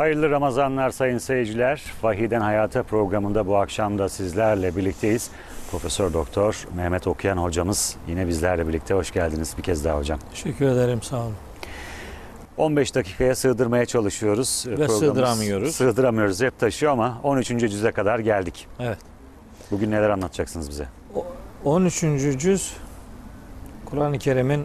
Hayırlı Ramazanlar sayın seyirciler. Vahiyden Hayata programında bu akşam da sizlerle birlikteyiz. Profesör Doktor Mehmet Okuyan hocamız yine bizlerle birlikte. Hoş geldiniz bir kez daha hocam. Teşekkür ederim, sağ olun. 15 dakikaya sığdırmaya çalışıyoruz. Ve sığdıramıyoruz. Sığdıramıyoruz, hep taşıyor ama 13. cüze kadar geldik. Evet. Bugün neler anlatacaksınız bize? 13. cüz Kur'an-ı Kerim'in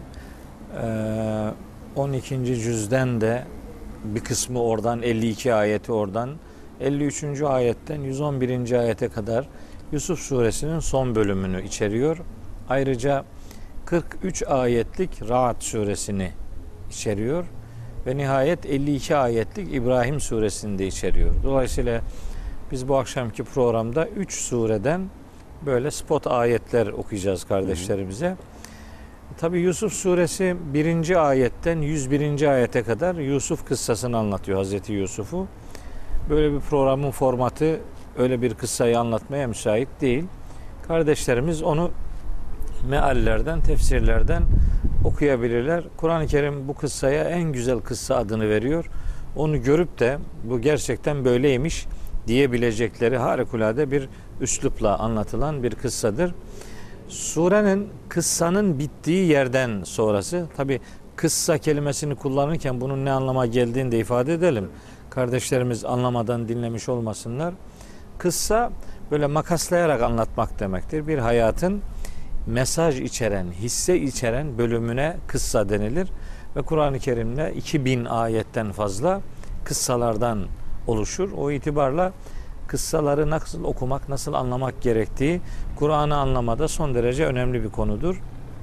12. cüzden de bir kısmı oradan, 52 ayeti oradan, 53. ayetten 111. ayete kadar Yusuf suresinin son bölümünü içeriyor. Ayrıca 43 ayetlik Ra'd suresini içeriyor ve nihayet 52 ayetlik İbrahim suresini de içeriyor. Dolayısıyla biz bu akşamki programda 3 sureden böyle spot ayetler okuyacağız kardeşlerimize. Tabi Yusuf suresi 1. ayetten 101. ayete kadar Yusuf kıssasını anlatıyor, Hazreti Yusuf'u. Böyle bir programın formatı öyle bir kıssayı anlatmaya müsait değil. Kardeşlerimiz onu meallerden, tefsirlerden okuyabilirler. Kur'an-ı Kerim bu kıssaya en güzel kıssa adını veriyor. Onu görüp de bu gerçekten böyleymiş diyebilecekleri harikulade bir üslupla anlatılan bir kıssadır. Surenin kıssanın bittiği yerden sonrası, tabi kıssa kelimesini kullanırken bunun ne anlama geldiğini de ifade edelim. Kardeşlerimiz anlamadan dinlemiş olmasınlar. Kıssa böyle makaslayarak anlatmak demektir. Bir hayatın mesaj içeren, hisse içeren bölümüne kıssa denilir. Ve Kur'an-ı Kerim'de 2000 ayetten fazla kıssalardan oluşur. O itibarla kıssaları nasıl okumak, nasıl anlamak gerektiği Kur'an'ı anlamada son derece önemli bir konudur.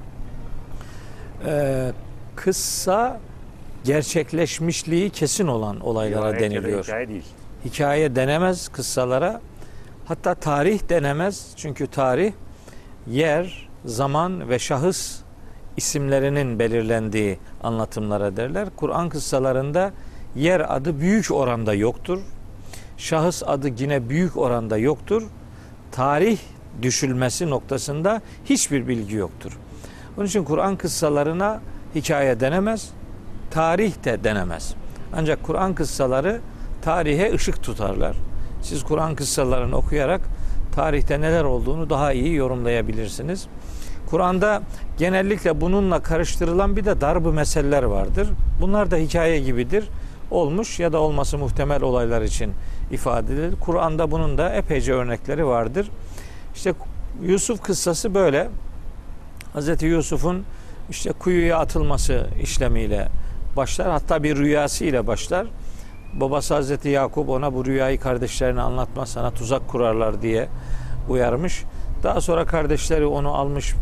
Kıssa gerçekleşmişliği kesin olan olaylara deniliyor. Hikaye değil. Hikaye denemez kıssalara. Hatta tarih denemez. Çünkü tarih yer, zaman ve şahıs isimlerinin belirlendiği anlatımlara derler. Kur'an kıssalarında yer adı büyük oranda yoktur. Şahıs adı yine büyük oranda yoktur. Tarih düşülmesi noktasında hiçbir bilgi yoktur. Onun için Kur'an kıssalarına hikaye denemez, tarih de denemez. Ancak Kur'an kıssaları tarihe ışık tutarlar. Siz Kur'an kıssalarını okuyarak tarihte neler olduğunu daha iyi yorumlayabilirsiniz. Kur'an'da genellikle bununla karıştırılan bir de darb-ı meseleler vardır. Bunlar da hikaye gibidir. Olmuş ya da olması muhtemel olaylar için ifade edilir. Kur'an'da bunun da epeyce örnekleri vardır. İşte Yusuf kıssası böyle. Hazreti Yusuf'un işte kuyuya atılması işlemiyle başlar. Hatta bir rüyası ile başlar. Babası Hazreti Yakup ona bu rüyayı kardeşlerine anlatma, sana tuzak kurarlar diye uyarmış. Daha sonra kardeşleri onu almış,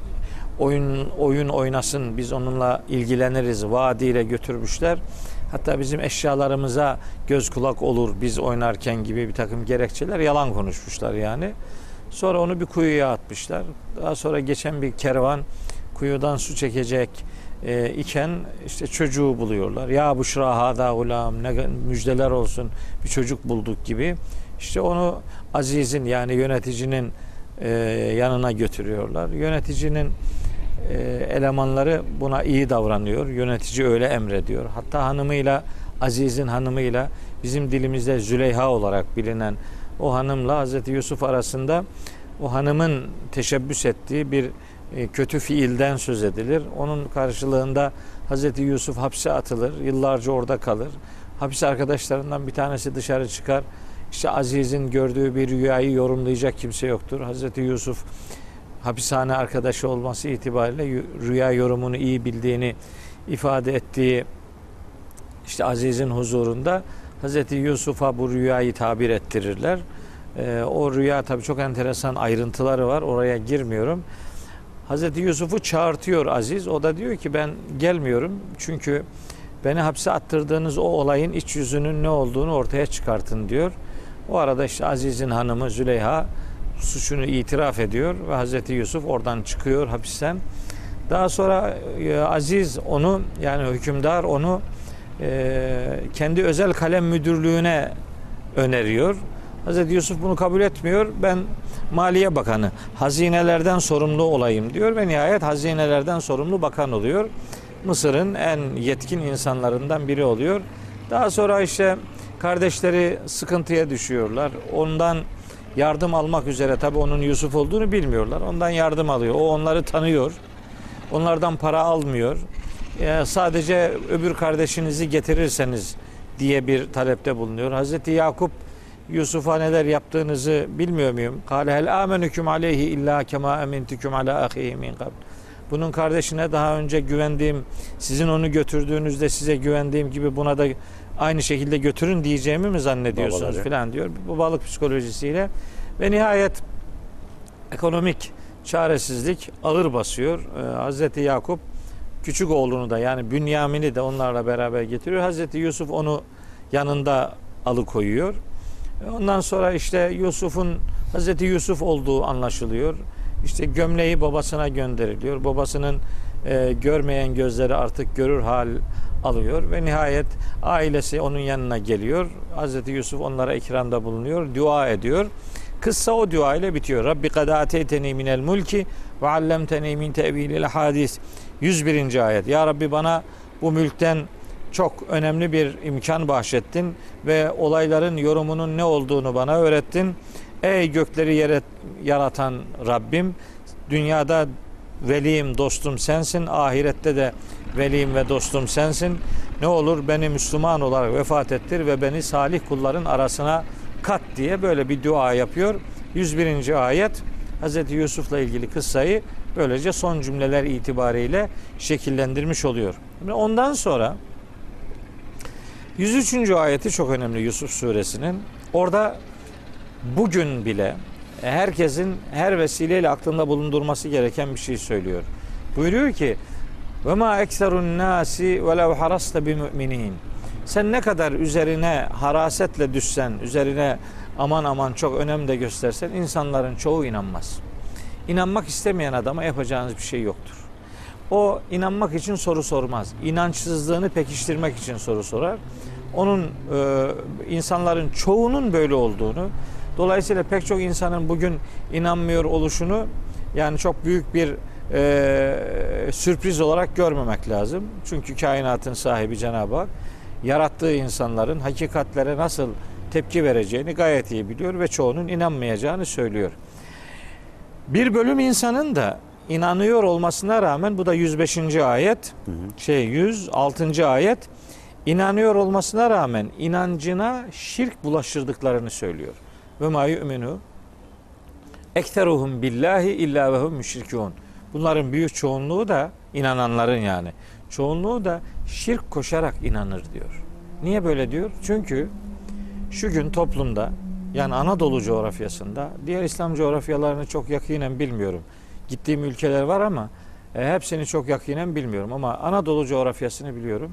oyun oynasın, biz onunla ilgileniriz vaadiyle götürmüşler. Hatta bizim eşyalarımıza göz kulak olur biz oynarken gibi bir takım gerekçeler, yalan konuşmuşlar yani. Sonra onu bir kuyuya atmışlar. Daha sonra geçen bir kervan kuyudan su çekecek iken işte çocuğu buluyorlar. Ya buşra hada gulam, ne müjdeler olsun, bir çocuk bulduk gibi. İşte onu azizin yani yöneticinin yanına götürüyorlar. Yöneticinin elemanları buna iyi davranıyor. Yönetici öyle emrediyor. Hatta hanımıyla, Aziz'in hanımıyla, bizim dilimizde Züleyha olarak bilinen o hanımla Hazreti Yusuf arasında o hanımın teşebbüs ettiği bir kötü fiilden söz edilir. Onun karşılığında Hazreti Yusuf hapse atılır. Yıllarca orada kalır. Hapis arkadaşlarından bir tanesi dışarı çıkar. İşte Aziz'in gördüğü bir rüyayı yorumlayacak kimse yoktur. Hazreti Yusuf hapishane arkadaşı olması itibariyle rüya yorumunu iyi bildiğini ifade ettiği işte Aziz'in huzurunda Hazreti Yusuf'a bu rüyayı tabir ettirirler. O rüya tabii çok enteresan ayrıntıları var. Oraya girmiyorum. Hazreti Yusuf'u çağırtıyor Aziz. O da diyor ki ben gelmiyorum. Çünkü beni hapse attırdığınız o olayın iç yüzünün ne olduğunu ortaya çıkartın diyor. O arada işte Aziz'in hanımı Züleyha suçunu itiraf ediyor ve Hazreti Yusuf oradan çıkıyor hapisten. Daha sonra Aziz onu, yani hükümdar onu kendi özel kalem müdürlüğüne öneriyor. Hazreti Yusuf bunu kabul etmiyor. Ben Maliye Bakanı, hazinelerden sorumlu olayım diyor ve nihayet hazinelerden sorumlu bakan oluyor. Mısır'ın en yetkin insanlarından biri oluyor. Daha sonra işte Kardeşleri sıkıntıya düşüyorlar. Ondan yardım almak üzere, tabii onun Yusuf olduğunu bilmiyorlar. Ondan yardım alıyor. O onları tanıyor. Onlardan para almıyor. Sadece öbür kardeşinizi getirirseniz diye bir talepte bulunuyor. Hazreti Yakup Yusuf'a neler yaptığınızı bilmiyor muyum? Kâle hel âmenüküm aleyhi illâ kemâ emintüküm alâ ahîhi min kabl. Bunun kardeşine daha önce güvendiğim, sizin onu götürdüğünüzde size güvendiğim gibi buna da aynı şekilde götürün diyeceğimi mi zannediyorsunuz filan diyor. Bu balık psikolojisiyle ve nihayet ekonomik çaresizlik ağır basıyor. Hazreti Yakup küçük oğlunu da, yani Bünyamin'i de onlarla beraber getiriyor. Hazreti Yusuf onu yanında alıkoyuyor. Ondan sonra işte Hazreti Yusuf olduğu anlaşılıyor. İşte gömleği babasına gönderiliyor. Babasının görmeyen gözleri artık görür hal alıyor ve nihayet ailesi onun yanına geliyor. Hazreti Yusuf onlara ikramda bulunuyor, dua ediyor. Kıssa o dua ile bitiyor. Rabbi kad ateyteni minel mulki ve allemteni min tevilil hadis. 101. ayet. Ya Rabbi, bana bu mülkten çok önemli bir imkan bahşettin ve olayların yorumunun ne olduğunu bana öğrettin. Ey gökleri yaratan Rabbim, dünyada velim, dostum sensin, ahirette de velim ve dostum sensin. Ne olur beni Müslüman olarak vefat ettir ve beni salih kulların arasına kat diye böyle bir dua yapıyor. 101. ayet Hazreti Yusuf'la ilgili kıssayı böylece son cümleler itibariyle şekillendirmiş oluyor. Ondan sonra 103. ayeti çok önemli Yusuf suresinin. Orada bugün bile herkesin her vesileyle aklında bulundurması gereken bir şey söylüyor. Buyuruyor ki: "Ve ma ekserun nasi ve lev harasta bi mu'minin." Sen ne kadar üzerine harasetle düşsen, üzerine aman aman çok önem de göstersen, insanların çoğu inanmaz. İnanmak istemeyen adama yapacağınız bir şey yoktur. O inanmak için soru sormaz. İnançsızlığını pekiştirmek için soru sorar. Onun insanların çoğunun böyle olduğunu, dolayısıyla pek çok insanın bugün inanmıyor oluşunu yani çok büyük bir sürpriz olarak görmemek lazım. Çünkü kainatın sahibi Cenab-ı Hak yarattığı insanların hakikatlere nasıl tepki vereceğini gayet iyi biliyor ve çoğunun inanmayacağını söylüyor. Bir bölüm insanın da inanıyor olmasına rağmen, bu da 105. ayet, 106. ayet, inanıyor olmasına rağmen inancına şirk bulaştırdıklarını söylüyor. Ve ma yu'minu ekteruhum billahi illa ve hum müşrikûn. Bunların büyük çoğunluğu da, inananların yani, çoğunluğu da şirk koşarak inanır diyor. Niye böyle diyor? Çünkü şu gün toplumda, yani Anadolu coğrafyasında, diğer İslam coğrafyalarını çok yakinen bilmiyorum. Gittiğim ülkeler var ama hepsini çok yakinen bilmiyorum. Ama Anadolu coğrafyasını biliyorum.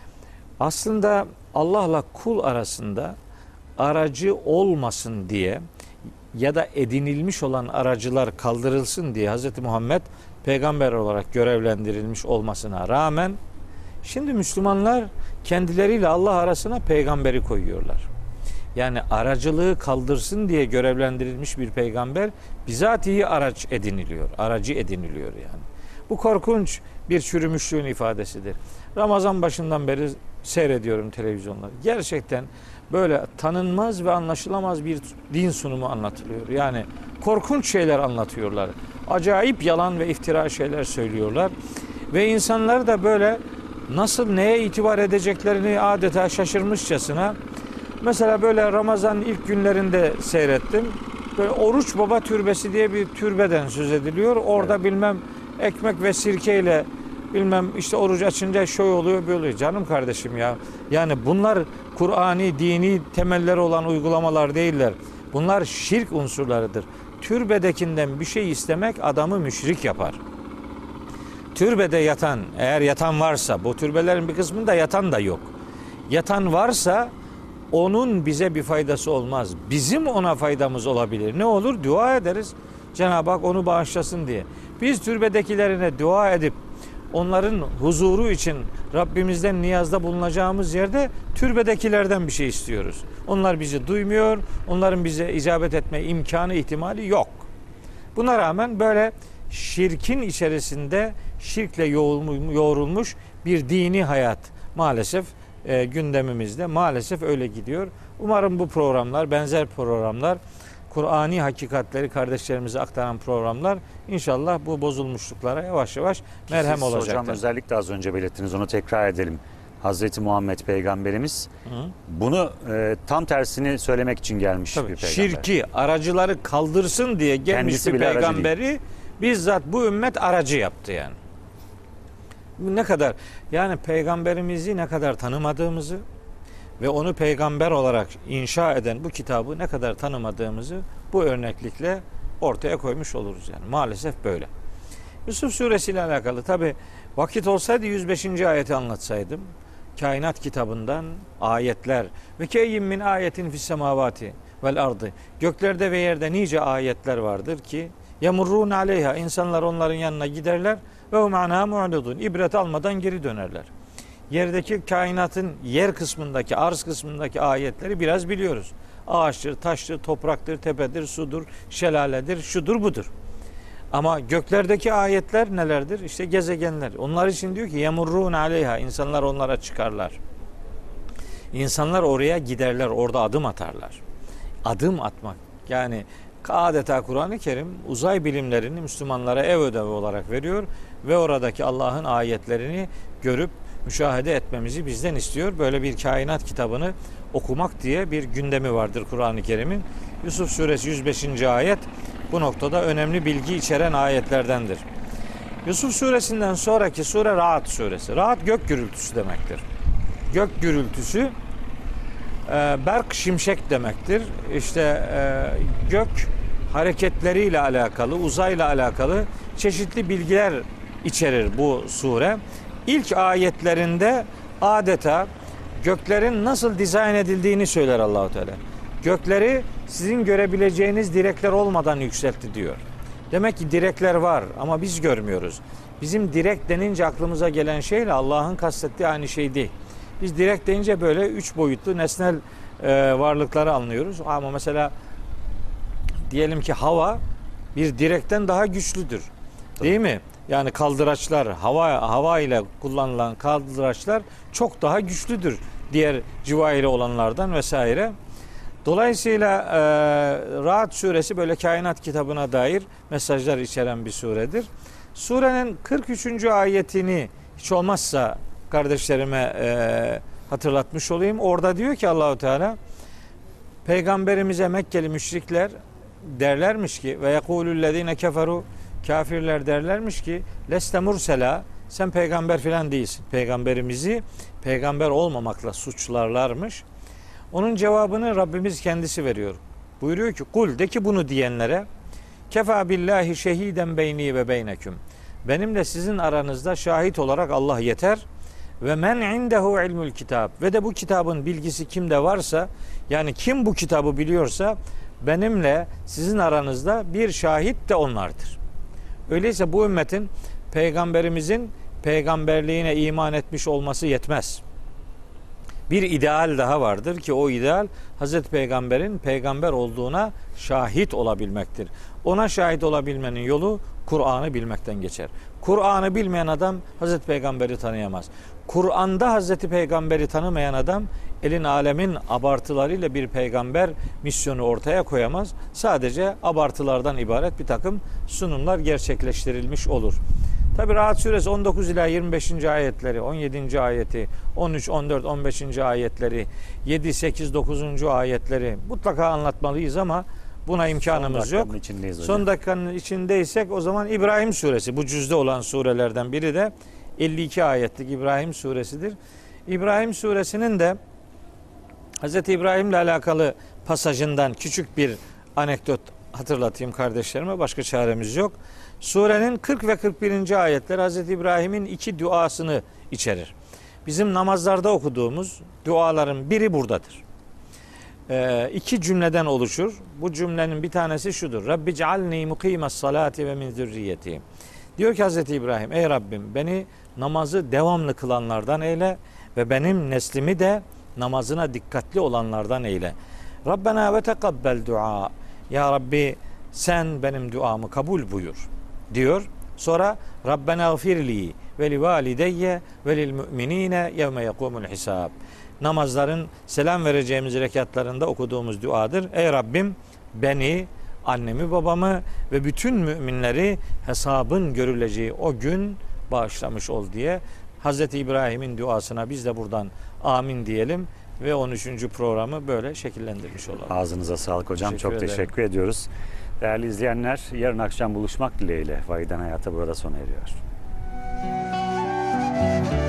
Aslında Allah'la kul arasında aracı olmasın diye ya da edinilmiş olan aracılar kaldırılsın diye Hz. Muhammed peygamber olarak görevlendirilmiş olmasına rağmen şimdi Müslümanlar kendileriyle Allah arasına peygamberi koyuyorlar. Yani aracılığı kaldırsın diye görevlendirilmiş bir peygamber bizatihi araç ediniliyor. Aracı ediniliyor yani. Bu korkunç bir çürümüşlüğün ifadesidir. Ramazan başından beri seyrediyorum televizyonları. Gerçekten böyle tanınmaz ve anlaşılamaz bir din sunumu anlatılıyor. Yani korkunç şeyler anlatıyorlar. Acayip yalan ve iftira şeyler söylüyorlar. Ve insanlar da böyle nasıl neye itibar edeceklerini adeta şaşırmışçasına. Mesela böyle Ramazan ilk günlerinde seyrettim. Böyle Oruç Baba Türbesi diye bir türbeden söz ediliyor. Orada bilmem ekmek ve sirkeyle bilmem işte oruç açınca şöyle oluyor böyle oluyor. Canım kardeşim ya. Yani bunlar Kur'ani, dini temelleri olan uygulamalar değiller. Bunlar şirk unsurlarıdır. Türbedekinden bir şey istemek adamı müşrik yapar. Türbede yatan, eğer yatan varsa, bu türbelerin bir kısmında yatan da yok. Yatan varsa onun bize bir faydası olmaz. Bizim ona faydamız olabilir. Ne olur? Dua ederiz. Cenab-ı Hak onu bağışlasın diye. Biz türbedekilerine dua edip onların huzuru için Rabbimizden niyazda bulunacağımız yerde türbedekilerden bir şey istiyoruz. Onlar bizi duymuyor. Onların bize icabet etme imkanı, ihtimali yok. Buna rağmen böyle şirkin içerisinde şirkle yoğrulmuş bir dini hayat maalesef gündemimizde maalesef öyle gidiyor. Umarım bu programlar, benzer programlar, Kur'ani hakikatleri kardeşlerimize aktaran programlar inşallah bu bozulmuşluklara yavaş yavaş merhem Siz olacaktır. hocam özellikle az önce belirttiniz, onu tekrar edelim. Hazreti Muhammed peygamberimiz bunu tam tersini söylemek için gelmiş Tabii, bir peygamber. şirki, aracıları kaldırsın diye gelmiş Kendisi bir bile aracı peygamberi bizzat bu ümmet aracı yaptı yani. Bu ne kadar, yani peygamberimizi ne kadar tanımadığımızı ve onu peygamber olarak inşa eden bu kitabı ne kadar tanımadığımızı bu örneklikle ortaya koymuş oluruz yani. Maalesef böyle. Yusuf Suresi ile alakalı tabi vakit olsaydı 105. ayeti anlatsaydım. Kainat kitabından ayetler ve keyyim min ayetin fis semavati vel ardı. Göklerde ve yerde nice ayetler vardır ki yamurrun aleyha, insanlar onların yanına giderler ve hum anha mu'ridun, ibret almadan geri dönerler. Yerdeki kainatın yer kısmındaki, arz kısmındaki ayetleri biraz biliyoruz. Ağaçtır, taştır, topraktır, tepedir, sudur, şelaledir, şudur budur. Ama göklerdeki ayetler nelerdir? İşte gezegenler. Onlar için diyor ki yemurrun aleyha, insanlar onlara çıkarlar. İnsanlar oraya giderler, orada adım atarlar. Adım atmak. Yani adeta Kur'an-ı Kerim uzay bilimlerini Müslümanlara ev ödevi olarak veriyor ve oradaki Allah'ın ayetlerini görüp müşahede etmemizi bizden istiyor. Böyle bir kainat kitabını okumak diye bir gündemi vardır Kur'an-ı Kerim'in. Yusuf Suresi 105. ayet bu noktada önemli bilgi içeren ayetlerdendir. Yusuf Suresi'nden sonraki sure Ra'd Suresi. Ra'd gök gürültüsü demektir. Gök gürültüsü berk şimşek demektir. İşte gök hareketleriyle alakalı, uzayla alakalı çeşitli bilgiler içerir bu sure. İlk ayetlerinde adeta göklerin nasıl dizayn edildiğini söyler Allahu Teala. Gökleri sizin görebileceğiniz direkler olmadan yükseltti diyor. Demek ki direkler var ama biz görmüyoruz. Bizim direk denince aklımıza gelen şeyle Allah'ın kastettiği aynı şey değil. Biz direk deyince böyle üç boyutlu nesnel varlıkları anlıyoruz. Ama mesela diyelim ki hava bir direkten daha güçlüdür. Değil mi? Yani kaldıraçlar, hava ile kullanılan kaldıraçlar çok daha güçlüdür diğer civahiri olanlardan vesaire. Dolayısıyla Ra'd suresi böyle kainat kitabına dair mesajlar içeren bir suredir. Surenin 43. ayetini hiç olmazsa kardeşlerime hatırlatmış olayım. Orada diyor ki Allahu Teala, peygamberimize Mekkeli müşrikler derlermiş ki ve yekulüllezine keferu, kafirler derlermiş ki leste mursela, sen peygamber filan değilsin. Peygamberimizi peygamber olmamakla suçlarlarmış. Onun cevabını Rabbimiz kendisi veriyor. Buyuruyor ki kul, de ki bunu diyenlere, kefa billahi şehiden beyni ve beyneküm, benimle sizin aranızda şahit olarak Allah yeter ve men indehu ilmül kitab, ve de bu kitabın bilgisi kimde varsa, yani kim bu kitabı biliyorsa benimle sizin aranızda bir şahit de onlardır. Öyleyse bu ümmetin peygamberimizin peygamberliğine iman etmiş olması yetmez. Bir ideal daha vardır ki o ideal Hazreti Peygamber'in peygamber olduğuna şahit olabilmektir. Ona şahit olabilmenin yolu Kur'an'ı bilmekten geçer. Kur'an'ı bilmeyen adam Hazreti Peygamber'i tanıyamaz. Kur'an'da Hazreti Peygamber'i tanımayan adam elin alemin abartılarıyla bir peygamber misyonu ortaya koyamaz. Sadece abartılardan ibaret bir takım sunumlar gerçekleştirilmiş olur. Tabi Ra'd suresi 19 ila 25. ayetleri, 17. ayeti, 13, 14, 15. ayetleri, 7, 8, 9. ayetleri mutlaka anlatmalıyız ama buna imkanımız yok. Son dakikanın içindeysek o zaman İbrahim suresi, bu cüzde olan surelerden biri de 52 ayetlik İbrahim suresidir. İbrahim suresinin de Hz. İbrahim'le alakalı pasajından küçük bir anekdot hatırlatayım kardeşlerime, başka çaremiz yok. Surenin 40 ve 41. ayetler Hz. İbrahim'in iki duasını içerir. Bizim namazlarda okuduğumuz duaların biri buradadır. İki cümleden oluşur. Bu cümlenin bir tanesi şudur. Rabbi cealni mukimes salati ve min zürriyeti. Diyor ki Hz. İbrahim, ey Rabbim beni namazı devamlı kılanlardan eyle ve benim neslimi de namazına dikkatli olanlardan eyle. Rabbena ve tekabbel dua. Ya Rabbi sen benim duamı kabul buyur diyor. Sonra Rabbena gfirli ve li valideyye ve lil mu'minine yevme yekumul hisab. Namazların selam vereceğimiz rekatlarında okuduğumuz duadır. Ey Rabbim, beni, annemi, babamı ve bütün müminleri hesabın görüleceği o gün bağışlamış ol diye Hazreti İbrahim'in duasına biz de buradan amin diyelim ve 13. programı böyle şekillendirmiş olalım. Ağzınıza sağlık hocam. Teşekkür Çok ederim. teşekkür ediyoruz. Değerli izleyenler, yarın akşam buluşmak dileğiyle Vahiden Hayata burada sona eriyor.